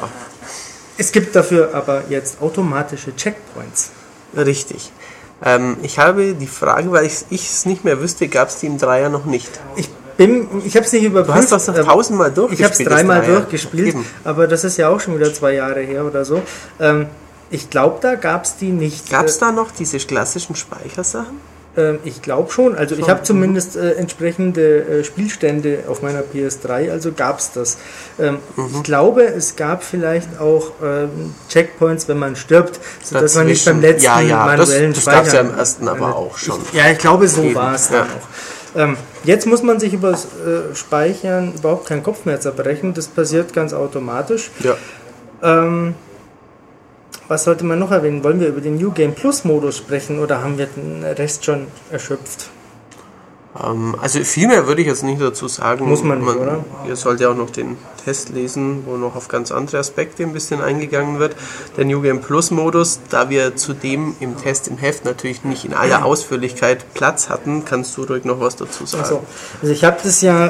Es gibt dafür aber jetzt automatische Checkpoints. Richtig. Ähm, ich habe die Frage, weil ich es nicht mehr wüsste, gab es die im Dreier noch nicht. Ich bin, ich habe es nicht überprüft. Du hast das noch tausendmal durchgespielt. Ich habe es dreimal durchgespielt, Eben. aber das ist ja auch schon wieder zwei Jahre her oder so. Ähm, ich glaube, da gab es die nicht. Gab es da noch diese klassischen Speichersachen? Ähm, ich glaube schon. Also schon. Ich habe zumindest äh, entsprechende äh, Spielstände auf meiner P S drei, also gab es das. Ähm, mhm. Ich glaube, es gab vielleicht auch ähm, Checkpoints, wenn man stirbt, sodass Dazwischen. man nicht beim letzten ja, ja. manuellen das, das Speichern... Das gab es ja im ersten aber auch schon. Ich, ja, ich glaube, so war es dann auch. Ähm, jetzt muss man sich über das äh, Speichern überhaupt keinen Kopf mehr zerbrechen. Das passiert ganz automatisch. Ja. Ähm, was sollte man noch erwähnen? Wollen wir über den New Game Plus Modus sprechen oder haben wir den Rest schon erschöpft? Ähm, also viel mehr würde ich jetzt nicht dazu sagen. Muss man nicht, man, oder? Ihr sollt ja auch noch den Test lesen, wo noch auf ganz andere Aspekte ein bisschen eingegangen wird. Der New Game Plus Modus, da wir zudem im Test im Heft natürlich nicht in aller Ausführlichkeit Platz hatten, kannst du ruhig noch was dazu sagen. Also, also ich habe das ja... Äh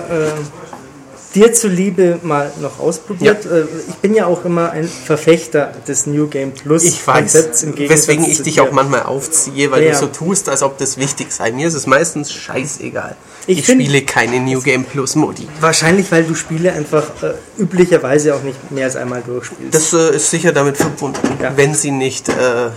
dir zuliebe mal noch ausprobiert. Ja. Ich bin ja auch immer ein Verfechter des New Game Plus ich Konzepts. Im Gegensatz weswegen ich dich dir. auch manchmal aufziehe, weil ja. du so tust, als ob das wichtig sei. Mir ist es meistens scheißegal. Ich, ich spiele keine New Game Plus Modi. Wahrscheinlich, weil du Spiele einfach äh, üblicherweise auch nicht mehr als einmal durchspielst. Das äh, ist sicher damit verbunden, ja. wenn sie nicht... Äh,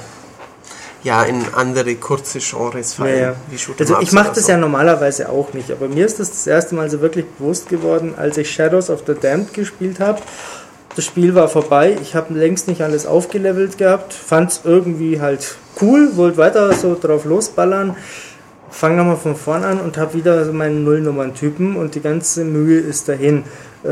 ja, in andere kurze Genres fallen. Ja, ja. Wie also ich mache das so. ja normalerweise auch nicht, aber mir ist das das erste Mal so wirklich bewusst geworden, als ich Shadows of the Damned gespielt habe. Das Spiel war vorbei, ich habe längst nicht alles aufgelevelt gehabt, fand es irgendwie halt cool, wollte weiter so drauf losballern, fange nochmal von vorn an und habe wieder so meinen Nullnummern-Typen und die ganze Mühe ist dahin.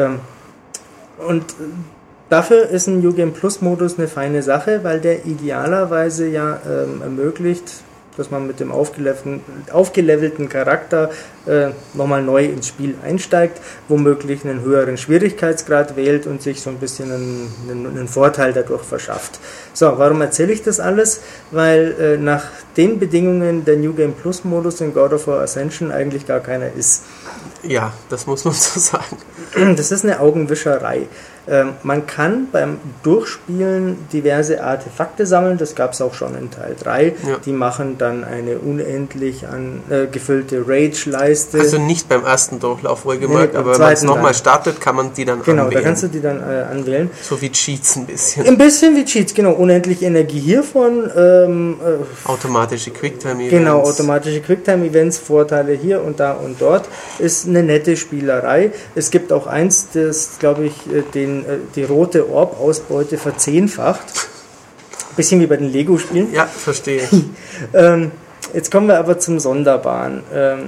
Und dafür ist ein New Game Plus Modus eine feine Sache, weil der idealerweise ja ähm, ermöglicht, dass man mit dem aufgelevelten, aufgelevelten Charakter äh, nochmal neu ins Spiel einsteigt, womöglich einen höheren Schwierigkeitsgrad wählt und sich so ein bisschen einen, einen, einen Vorteil dadurch verschafft. So, warum erzähle ich das alles? Weil äh, nach den Bedingungen der New Game Plus Modus in God of War Ascension eigentlich gar keiner ist. Ja, das muss man so sagen. Das ist eine Augenwischerei. Ähm, man kann beim Durchspielen diverse Artefakte sammeln, das gab es auch schon in Teil drei. Ja. Die machen dann eine unendlich an, äh, gefüllte Rage-Leiste. Also nicht beim ersten Durchlauf wohlgemerkt, nee, aber wenn man es nochmal startet, kann man die dann genau, anwählen. Genau, da kannst du die dann äh, anwählen. So wie Cheats ein bisschen. Ein bisschen wie Cheats, genau. Unendlich Energie hiervon. Ähm, äh, automatische Quicktime-Events. Genau, automatische Quicktime-Events, Vorteile hier und da und dort. Ist eine nette Spielerei. Es gibt auch eins, das, glaube ich, den die rote Orb-Ausbeute verzehnfacht. Bisschen wie bei den Lego-Spielen. Ja, verstehe. ähm, jetzt kommen wir aber zum Sonderbaren. Ähm,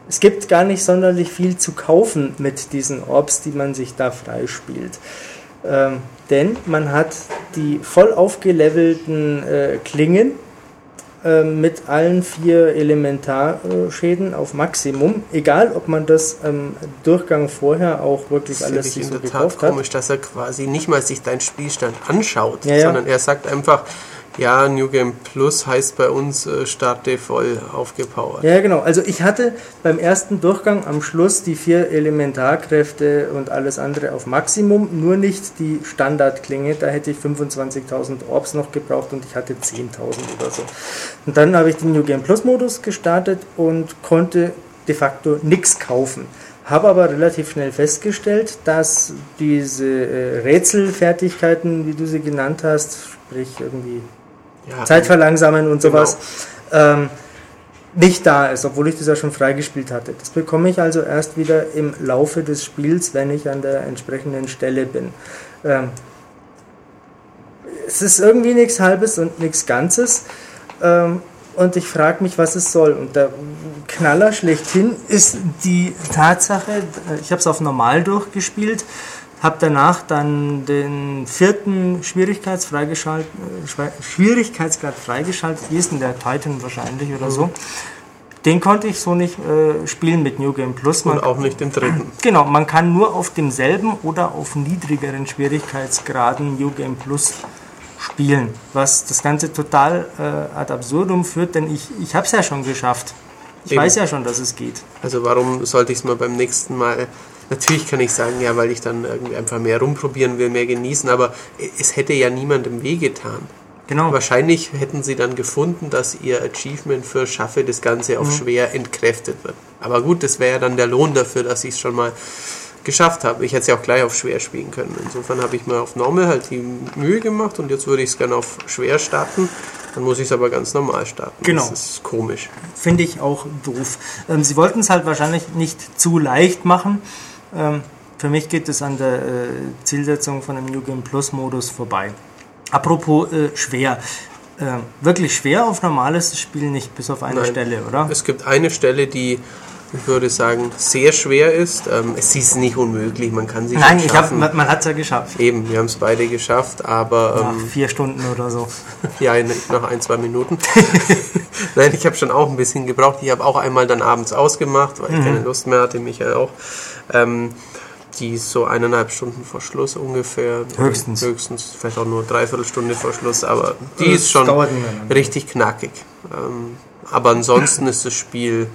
es gibt gar nicht sonderlich viel zu kaufen mit diesen Orbs, die man sich da freispielt. Ähm, denn man hat die voll aufgelevelten äh, Klingen äh, mit allen vier Elementarschäden auf Maximum, egal ob man das am ähm, Durchgang vorher auch wirklich das alles sich so in der gekauft Tat hat. Komisch, dass er quasi nicht mal sich deinen Spielstand anschaut, ja, ja. sondern er sagt einfach, ja, New Game Plus heißt bei uns äh, starte voll aufgepowert. Ja, genau. Also ich hatte beim ersten Durchgang am Schluss die vier Elementarkräfte und alles andere auf Maximum, nur nicht die Standardklinge. Da hätte ich fünfundzwanzigtausend Orbs noch gebraucht und ich hatte zehntausend oder so. Und dann habe ich den New Game Plus Modus gestartet und konnte de facto nichts kaufen. Habe aber relativ schnell festgestellt, dass diese äh, Rätselfertigkeiten, wie du sie genannt hast, sprich irgendwie ja, Zeit verlangsamen und sowas, genau. ähm, nicht da ist, obwohl ich das ja schon freigespielt hatte. Das bekomme ich also erst wieder im Laufe des Spiels, wenn ich an der entsprechenden Stelle bin. Ähm, es ist irgendwie nichts Halbes und nichts Ganzes. Ähm, und ich frage mich, was es soll. Und der Knaller schlechthin ist die Tatsache, ich habe es auf normal durchgespielt, habe danach dann den vierten Schwierigkeits freigeschaltet, äh, Schwierigkeitsgrad freigeschaltet, wie ist denn der Titan wahrscheinlich oder so. Den konnte ich so nicht äh, spielen mit New Game Plus. Man, und auch nicht den dritten. Genau, man kann nur auf demselben oder auf niedrigeren Schwierigkeitsgraden New Game Plus spielen, was das Ganze total äh, ad absurdum führt, denn ich, ich habe es ja schon geschafft. Ich Eben. weiß ja schon, dass es geht. Also warum sollte ich es mal beim nächsten Mal... Natürlich kann ich sagen, ja, weil ich dann irgendwie einfach mehr rumprobieren will, mehr genießen, aber es hätte ja niemandem wehgetan. Genau. Wahrscheinlich hätten sie dann gefunden, dass ihr Achievement für Schaffe das Ganze auf mhm. schwer entkräftet wird. Aber gut, das wäre ja dann der Lohn dafür, dass ich es schon mal geschafft habe. Ich hätte es ja auch gleich auf schwer spielen können. Insofern habe ich mir auf Normal halt die Mühe gemacht und jetzt würde ich es gerne auf schwer starten. Dann muss ich es aber ganz normal starten. Genau. Das ist komisch. Finde ich auch doof. Ähm, sie wollten es halt wahrscheinlich nicht zu leicht machen. Ähm, für mich geht es an der äh, Zielsetzung von dem New Game Plus Modus vorbei. Apropos äh, schwer. Äh, wirklich schwer auf normal ist das Spiel nicht, bis auf eine Nein. Stelle, oder? Es gibt eine Stelle, die, ich würde sagen, sehr schwer ist. Ähm, es ist nicht unmöglich, man kann sie Nein, schon ich schaffen. Hab, man hat es ja geschafft. Eben, wir haben es beide geschafft, aber... Nach Ähm, vier Stunden oder so. ja, nach ein, zwei Minuten. Nein, ich habe schon auch ein bisschen gebraucht. Ich habe auch einmal dann abends ausgemacht, weil ich mhm. keine Lust mehr hatte, Michael auch. Ähm, die ist so eineinhalb Stunden vor Schluss ungefähr. Höchstens. Höchstens, vielleicht auch nur dreiviertel Stunde vor Schluss, aber die das ist schon richtig knackig. Ähm, aber ansonsten ist das Spiel,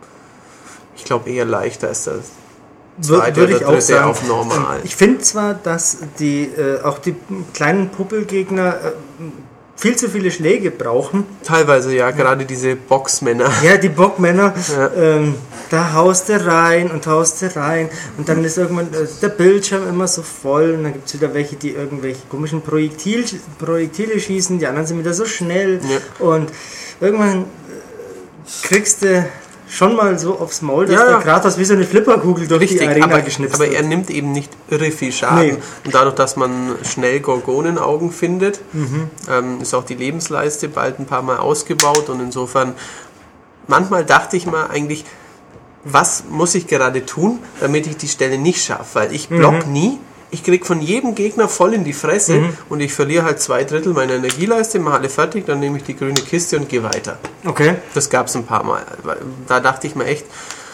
ich glaube, eher leichter als das zweite Würde ich oder auch dritte sagen. auf normal. Ich finde zwar, dass die äh, auch die kleinen Puppelgegner äh, viel zu viele Schläge brauchen. Teilweise ja, gerade diese Boxmänner. Ja, die Bockmänner, ja. ähm, da haust du rein und haust du rein und dann ist irgendwann äh, der Bildschirm immer so voll und dann gibt es wieder welche, die irgendwelche komischen Projektil, Projektile schießen, die anderen sind wieder so schnell ja. und irgendwann äh, kriegst du schon mal so aufs Maul, dass ja, der Kratos wie so eine Flipperkugel durch Richtig, die Arena aber, geschnitzt aber wird. er nimmt eben nicht irre viel Schaden. Nee. Und dadurch, dass man schnell Gorgonenaugen findet, Mhm. ähm, ist auch die Lebensleiste bald ein paar Mal ausgebaut. Und insofern, manchmal dachte ich mal eigentlich, was muss ich gerade tun, damit ich die Stelle nicht schaffe? Weil ich block Mhm. nie. Ich krieg von jedem Gegner voll in die Fresse Mhm. und ich verliere halt zwei Drittel meiner Energieleiste, mache alle fertig, dann nehme ich die grüne Kiste und gehe weiter. Okay. Das gab es ein paar Mal. Da dachte ich mir echt,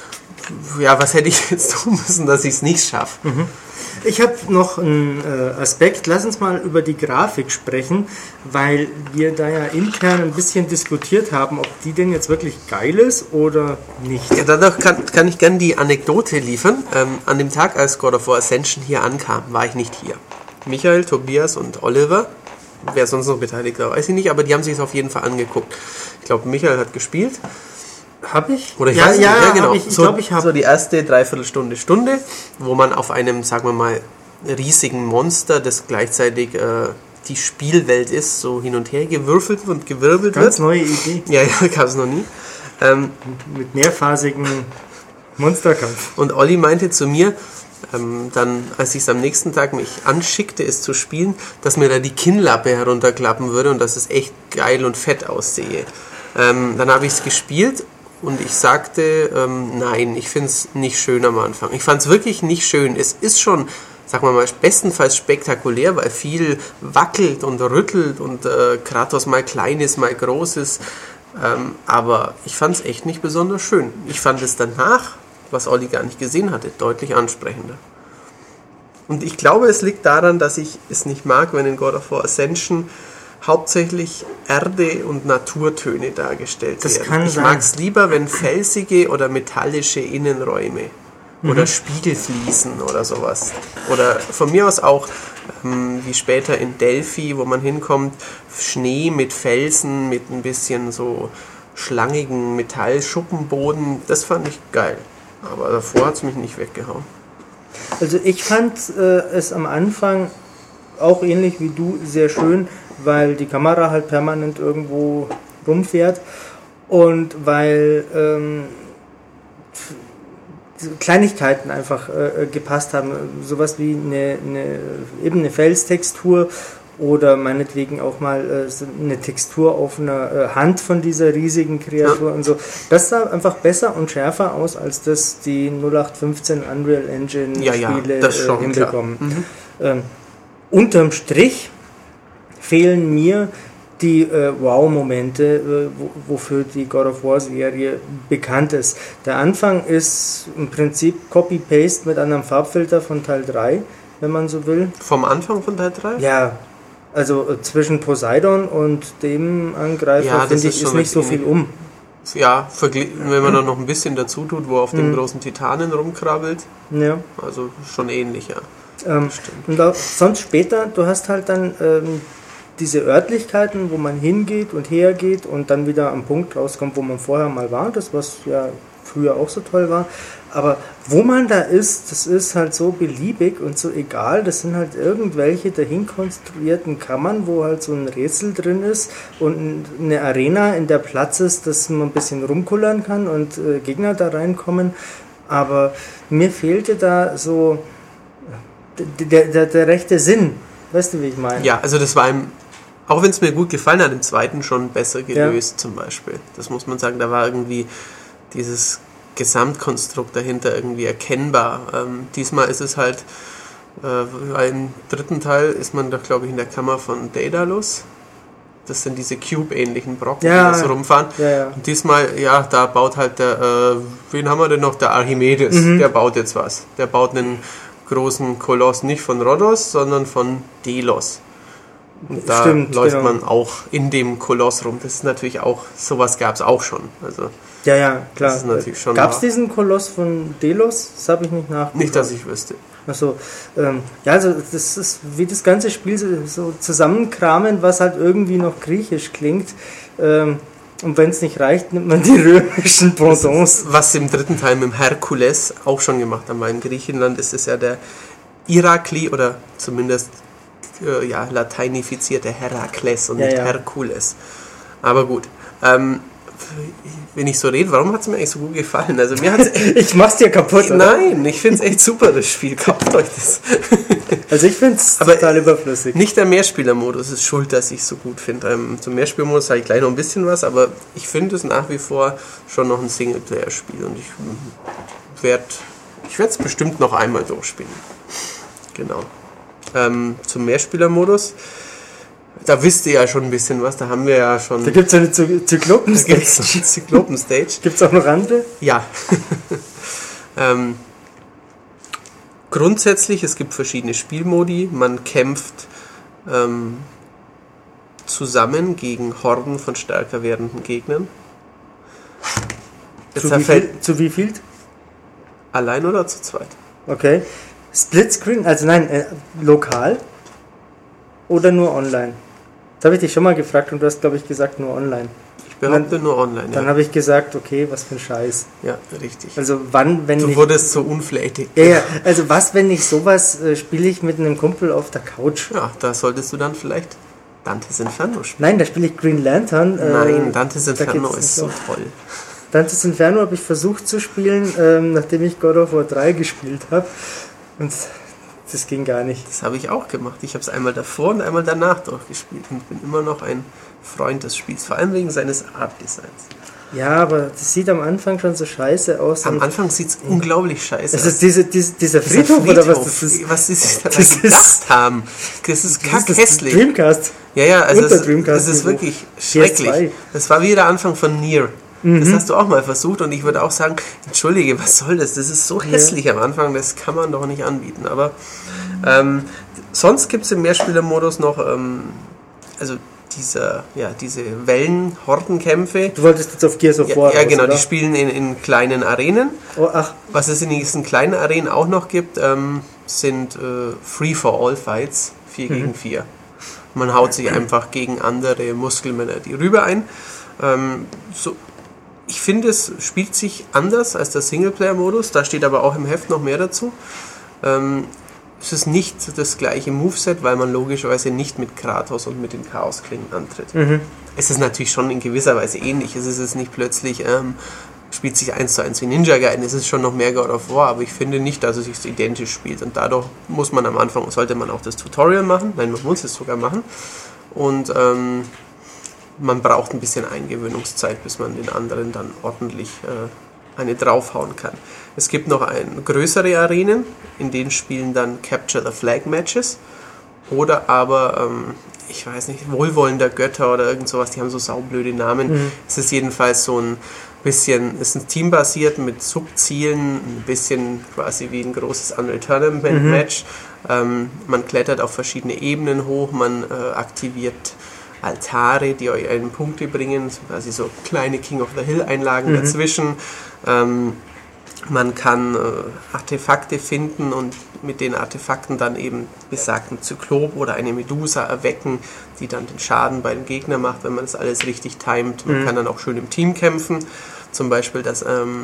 ja, was hätte ich jetzt tun müssen, dass ich es nicht schaffe? Mhm. Ich habe noch einen äh, Aspekt. Lass uns mal über die Grafik sprechen, weil wir da ja intern ein bisschen diskutiert haben, ob die denn jetzt wirklich geil ist oder nicht. Ja, dadurch kann, kann ich gerne die Anekdote liefern. Ähm, an dem Tag, als God of War Ascension hier ankam, war ich nicht hier. Michael, Tobias und Oliver, wer sonst noch beteiligt war, weiß ich nicht, aber die haben sich es auf jeden Fall angeguckt. Ich glaube, Michael hat gespielt. Habe ich? Oder ich ja, weiß ja, nicht. Ja, genau. Ich, ich so, glaube, ich habe. So die erste Dreiviertelstunde, Stunde, wo man auf einem, sagen wir mal, riesigen Monster, das gleichzeitig äh, die Spielwelt ist, so hin und her gewürfelt und gewirbelt Ganz wird. neue Idee. Ja, ja, gab es noch nie. Ähm, Mit mehrphasigen Monsterkampf. und Olli meinte zu mir, ähm, dann, als ich es am nächsten Tag mich anschickte, es zu spielen, dass mir da die Kinnlappe herunterklappen würde und dass es echt geil und fett aussehe. Ähm, dann habe ich es gespielt und ich sagte, ähm, nein, ich finde es nicht schön am Anfang. Ich fand es wirklich nicht schön. Es ist schon, sagen wir mal, bestenfalls spektakulär, weil viel wackelt und rüttelt und äh, Kratos mal klein ist, mal groß ist. Ähm, aber ich fand es echt nicht besonders schön. Ich fand es danach, was Olli gar nicht gesehen hatte, deutlich ansprechender. Und ich glaube, es liegt daran, dass ich es nicht mag, wenn in God of War Ascension hauptsächlich Erde- und Naturtöne dargestellt das werden. Kann ich mag es lieber, wenn felsige oder metallische Innenräume mhm. oder Spiegelfliesen oder sowas. Oder von mir aus auch, ähm, wie später in Delphi, wo man hinkommt, Schnee mit Felsen, mit ein bisschen so schlangigen Metallschuppenboden. Das fand ich geil. Aber davor hat es mich nicht weggehauen. Also ich fand äh, es am Anfang auch ähnlich wie du sehr schön, weil die Kamera halt permanent irgendwo rumfährt und weil ähm, Kleinigkeiten einfach äh, gepasst haben. Sowas wie eine, eine, eben eine Felstextur oder meinetwegen auch mal äh, so eine Textur auf einer äh, Hand von dieser riesigen Kreatur ja. und so. Das sah einfach besser und schärfer aus, als das die null acht fünfzehn Unreal Engine ja, ja, Spiele äh, hinbekommen. Mhm. Ähm, unterm Strich fehlen mir die äh, Wow-Momente, äh, wo, wofür die God of War-Serie bekannt ist. Der Anfang ist im Prinzip Copy-Paste mit einem Farbfilter von Teil drei, wenn man so will. Vom Anfang von Teil drei? Ja, also äh, zwischen Poseidon und dem Angreifer, ja, finde ich, ist nicht so viel um. Ja, wenn man dann noch ein bisschen dazu tut, wo er auf den mhm. großen Titanen rumkrabbelt. Ja. Also schon ähnlich, ja. Ähm, und auch sonst später, du hast halt dann ähm, diese Örtlichkeiten, wo man hingeht und hergeht und dann wieder am Punkt rauskommt, wo man vorher mal war, das was ja früher auch so toll war, aber wo man da ist, das ist halt so beliebig und so egal, das sind halt irgendwelche dahin konstruierten Kammern, wo halt so ein Rätsel drin ist und eine Arena, in der Platz ist, dass man ein bisschen rumkullern kann und äh, Gegner da reinkommen, aber mir fehlte da so Der, der, der rechte Sinn, weißt du, wie ich meine? Ja, also das war im, auch wenn es mir gut gefallen hat, im zweiten schon besser gelöst, ja. Zum Beispiel. Das muss man sagen, da war irgendwie dieses Gesamtkonstrukt dahinter irgendwie erkennbar. Ähm, diesmal ist es halt, äh, im dritten Teil ist man doch, glaube ich, in der Kammer von Daedalus. Das sind diese Cube-ähnlichen Brocken, ja, die da so rumfahren. Ja, ja. Und diesmal, ja, da baut halt der, äh, wen haben wir denn noch? Der Archimedes, mhm. der baut jetzt was. Der baut einen großen Koloss nicht von Rhodos, sondern von Delos. Und da Stimmt, läuft genau. man auch in dem Koloss rum. Das ist natürlich auch, sowas gab es auch schon. Also, ja, ja, klar. Gab es diesen Koloss von Delos? Das habe ich nicht nachgeguckt. Nicht, dass ich wüsste. Achso, ähm, ja, also das ist wie das ganze Spiel so, so zusammenkramen, was halt irgendwie noch griechisch klingt. Ähm, Und wenn es nicht reicht, nimmt man die römischen Pendants. Was im dritten Teil mit dem Herkules auch schon gemacht haben. In Griechenland ist es ja der Irakli oder zumindest äh, ja, lateinifizierte Herakles und ja, nicht ja. Herkules. Aber gut. Ähm, wenn ich so rede, warum hat es mir eigentlich so gut gefallen? Also mir hat's ich mach's dir kaputt, oder? Nein, ich finde es echt super, das Spiel. Kauft euch das. Also ich finde es total überflüssig. Nicht der Mehrspielermodus ist schuld, dass ich es so gut finde. Ähm, zum Mehrspielermodus sage ich gleich noch ein bisschen was, aber ich finde es nach wie vor schon noch ein Singleplayer-Spiel und ich werde ich werde es bestimmt noch einmal durchspielen. Genau. Ähm, zum Mehrspielermodus, da wisst ihr ja schon ein bisschen was, da haben wir ja schon... Da gibt es eine Zy- Zyklopen-Stage. Zyklopen-Stage. Gibt es auch noch andere? Ja. ähm, grundsätzlich, es gibt verschiedene Spielmodi, man kämpft ähm, zusammen gegen Horden von stärker werdenden Gegnern. Jetzt zu, wie viel, zu wie viel? Allein oder zu zweit? Okay. Splitscreen, also nein, äh, lokal oder nur online? Das habe ich dich schon mal gefragt und du hast, glaube ich, gesagt, nur online. Ich behaupte nur online, Dann ja. habe ich gesagt, okay, was für ein Scheiß. Ja, richtig. Also wann, wenn du ich... Du wurdest so unflätig. Ja, ja, also was, wenn ich sowas äh, spiele ich mit einem Kumpel auf der Couch? Ja, da solltest du dann vielleicht Dante's Inferno spielen. Nein, da spiele ich Green Lantern. Äh, Nein, Dante's Inferno ist so toll. Dante's Inferno habe ich versucht zu spielen, ähm, nachdem ich God of War drei gespielt habe. Und das ging gar nicht. Das habe ich auch gemacht. Ich habe es einmal davor und einmal danach durchgespielt und bin immer noch ein Freund des Spiels, vor allem wegen seines Art-Designs. Ja, aber das sieht am Anfang schon so scheiße aus. Am Anfang sieht es unglaublich scheiße aus. Das ist diese, diese, dieser Friedhof, Friedhof oder was das ist? Was sie sich dabei Das gedacht ist- haben. Das ist Das ist das kackhässlich. Dreamcast. Ja, ja, also Unter es, Dreamcast es ist Niveau. wirklich P S zwei. schrecklich. Das war wie der Anfang von Nier. Das hast du auch mal versucht und ich würde auch sagen, entschuldige, was soll das? Das ist so hässlich am Anfang, das kann man doch nicht anbieten. Aber ähm, sonst gibt es im Mehrspielermodus noch ähm, also dieser, ja, diese Wellen-Hordenkämpfe. Du wolltest jetzt auf Gears of Ja, War ja raus, genau, oder? die spielen in, in kleinen Arenen. Oh, ach, Was es in diesen kleinen Arenen auch noch gibt, ähm, sind äh, Free-for-All-Fights, vier gegen vier. Man haut sich einfach gegen andere Muskelmänner die Rübe ein. Ähm, so, ich finde, es spielt sich anders als der Singleplayer-Modus, da steht aber auch im Heft noch mehr dazu. Ähm, es ist nicht das gleiche Moveset, weil man logischerweise nicht mit Kratos und mit den Chaosklingen antritt. Mhm. Es ist natürlich schon in gewisser Weise ähnlich. Es ist jetzt nicht plötzlich, ähm, spielt sich eins zu eins wie Ninja Gaiden. Es ist schon noch mehr God of War, aber ich finde nicht, dass es sich identisch spielt. Und dadurch muss man am Anfang, sollte man auch das Tutorial machen. Nein, man muss es sogar machen. Und ähm, man braucht ein bisschen Eingewöhnungszeit, bis man den anderen dann ordentlich äh, eine draufhauen kann. Es gibt noch ein, größere Arenen, in denen spielen dann Capture the Flag Matches oder aber, ähm, ich weiß nicht, Wohlwollender Götter oder irgend sowas, die haben so saublöde Namen. Mhm. Es ist jedenfalls so ein bisschen, es ist ein teambasiert mit Subzielen, ein bisschen quasi wie ein großes Unreal Tournament Match. Mhm. Ähm, man klettert auf verschiedene Ebenen hoch, man äh, aktiviert Altare, die euch einen Punkte bringen, quasi so kleine King of the Hill Einlagen mhm. dazwischen. Ähm, man kann äh, Artefakte finden und mit den Artefakten dann eben besagten Zyklop oder eine Medusa erwecken, die dann den Schaden bei dem Gegner macht, wenn man das alles richtig timet. Man mhm. kann dann auch schön im Team kämpfen, zum Beispiel, dass ähm,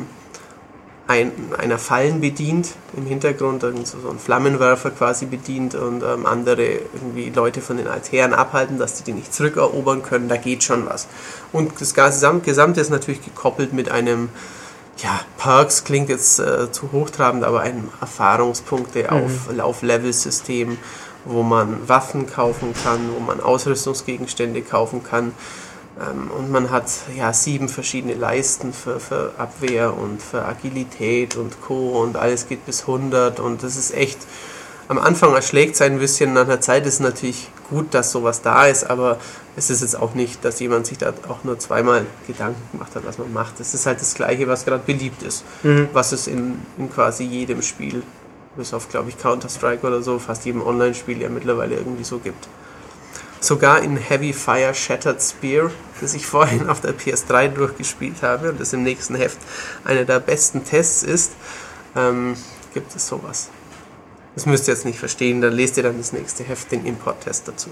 ein, einer Fallen bedient im Hintergrund, so, so ein Flammenwerfer quasi bedient und ähm, andere irgendwie Leute von den Altären abhalten, dass die die nicht zurückerobern können, da geht schon was. Und das Gesamte ist natürlich gekoppelt mit einem, ja, Perks klingt jetzt äh, zu hochtrabend, aber einem Erfahrungspunkte auf, mhm. auf Level-System, wo man Waffen kaufen kann, wo man Ausrüstungsgegenstände kaufen kann. Ähm, und man hat ja sieben verschiedene Leisten für, für Abwehr und für Agilität und Co. und alles geht bis hundert und das ist echt, am Anfang erschlägt es ein bisschen, nach einer Zeit ist es natürlich gut, dass sowas da ist, aber es ist jetzt auch nicht, dass jemand sich da auch nur zweimal Gedanken gemacht hat, was man macht. Es ist halt das Gleiche, was gerade beliebt ist, mhm. was es in, in quasi jedem Spiel, bis auf, glaube ich, Counter-Strike oder so, fast jedem Online-Spiel ja mittlerweile irgendwie so gibt. Sogar in Heavy Fire Shattered Spear, das ich vorhin auf der P S drei durchgespielt habe und das im nächsten Heft einer der besten Tests ist, ähm, gibt es sowas. Das müsst ihr jetzt nicht verstehen, dann lest ihr dann das nächste Heft, den Import-Test dazu.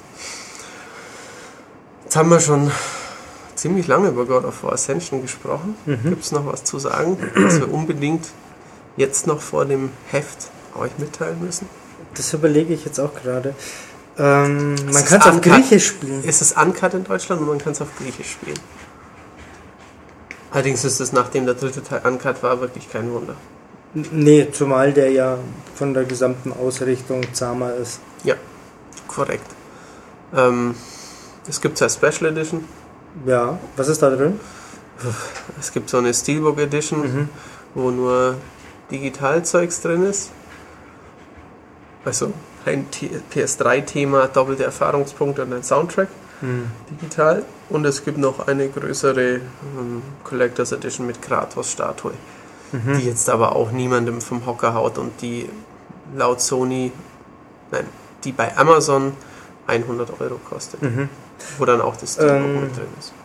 Jetzt haben wir schon ziemlich lange über God of War Ascension gesprochen. Mhm. Gibt es noch was zu sagen, was wir unbedingt jetzt noch vor dem Heft euch mitteilen müssen? Das überlege ich jetzt auch gerade. Ähm, man kann es auf Griechisch spielen. Es ist uncut in Deutschland und man kann es auf Griechisch spielen. Allerdings ist es, nachdem der dritte Teil uncut war, wirklich kein Wunder. Nee, zumal der ja von der gesamten Ausrichtung zahmer ist. Ja, korrekt. Ähm, es gibt zwar Special Edition. Ja, was ist da drin? Es gibt so eine Steelbook Edition, mhm. wo nur Digitalzeugs drin ist. Also ein P S drei Thema, doppelte Erfahrungspunkte und ein Soundtrack. Mhm. Digital. Und es gibt noch eine größere ähm, Collectors Edition mit Kratos-Statue. Mhm. Die jetzt aber auch niemandem vom Hocker haut und die laut Sony, nein, die bei Amazon hundert Euro kostet. Mhm. Wo dann auch das Steelbook ähm, mit drin ist.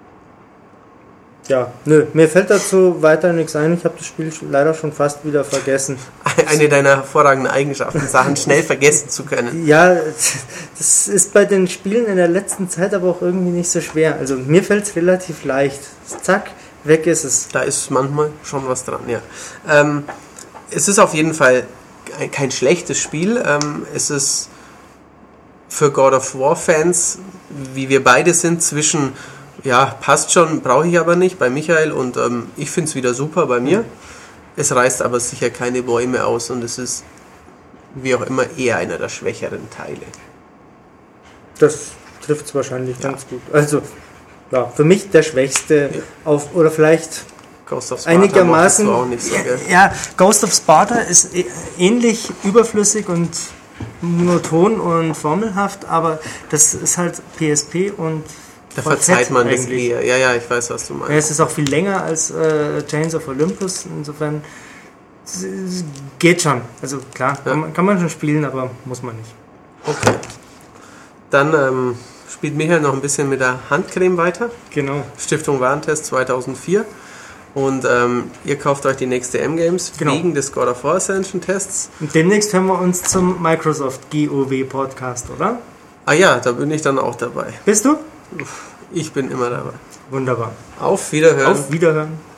Ja, nö, mir fällt dazu weiter nichts ein. Ich habe das Spiel leider schon fast wieder vergessen. Eine deiner hervorragenden Eigenschaften, Sachen schnell vergessen zu können. Ja, das ist bei den Spielen in der letzten Zeit aber auch irgendwie nicht so schwer. Also mir fällt es relativ leicht. Zack, weg ist es. Da ist manchmal schon was dran, ja. Ähm, es ist auf jeden Fall kein schlechtes Spiel. Ähm, es ist für God of War Fans, wie wir beide sind, zwischen, ja, passt schon, brauche ich aber nicht, bei Michael und ähm, ich finde es wieder super bei mir. Es reißt aber sicher keine Bäume aus und es ist, wie auch immer, eher einer der schwächeren Teile. Das trifft es wahrscheinlich ja. ganz gut. Also, ja, für mich der schwächste Ja. auf, oder vielleicht Ghost of Sparta einigermaßen. mochtest du auch nicht so, gell? Ja, Ghost of Sparta ist ä- ähnlich überflüssig und monoton und formelhaft, aber das ist halt P S P und Da voll verzeiht fett man das eigentlich. eher. Ja, ja, ich weiß, was du Ja, meinst. es ist auch viel länger als äh, Chains of Olympus, insofern es- es geht schon. Also klar, Ja. kann, man, kann man schon spielen, aber muss man nicht. Okay. Dann ähm, spielt Michael noch ein bisschen mit der Handcreme weiter. Genau. Stiftung Warentest zweitausendvier. Und ähm, ihr kauft euch die nächste M-Games Genau. wegen des God of War Ascension Tests. Und demnächst hören wir uns zum Microsoft G O W Podcast, oder? Ah ja, da bin ich dann auch dabei. Bist du? Ich bin immer dabei. Wunderbar. Auf Wiederhören. Auf Wiederhören.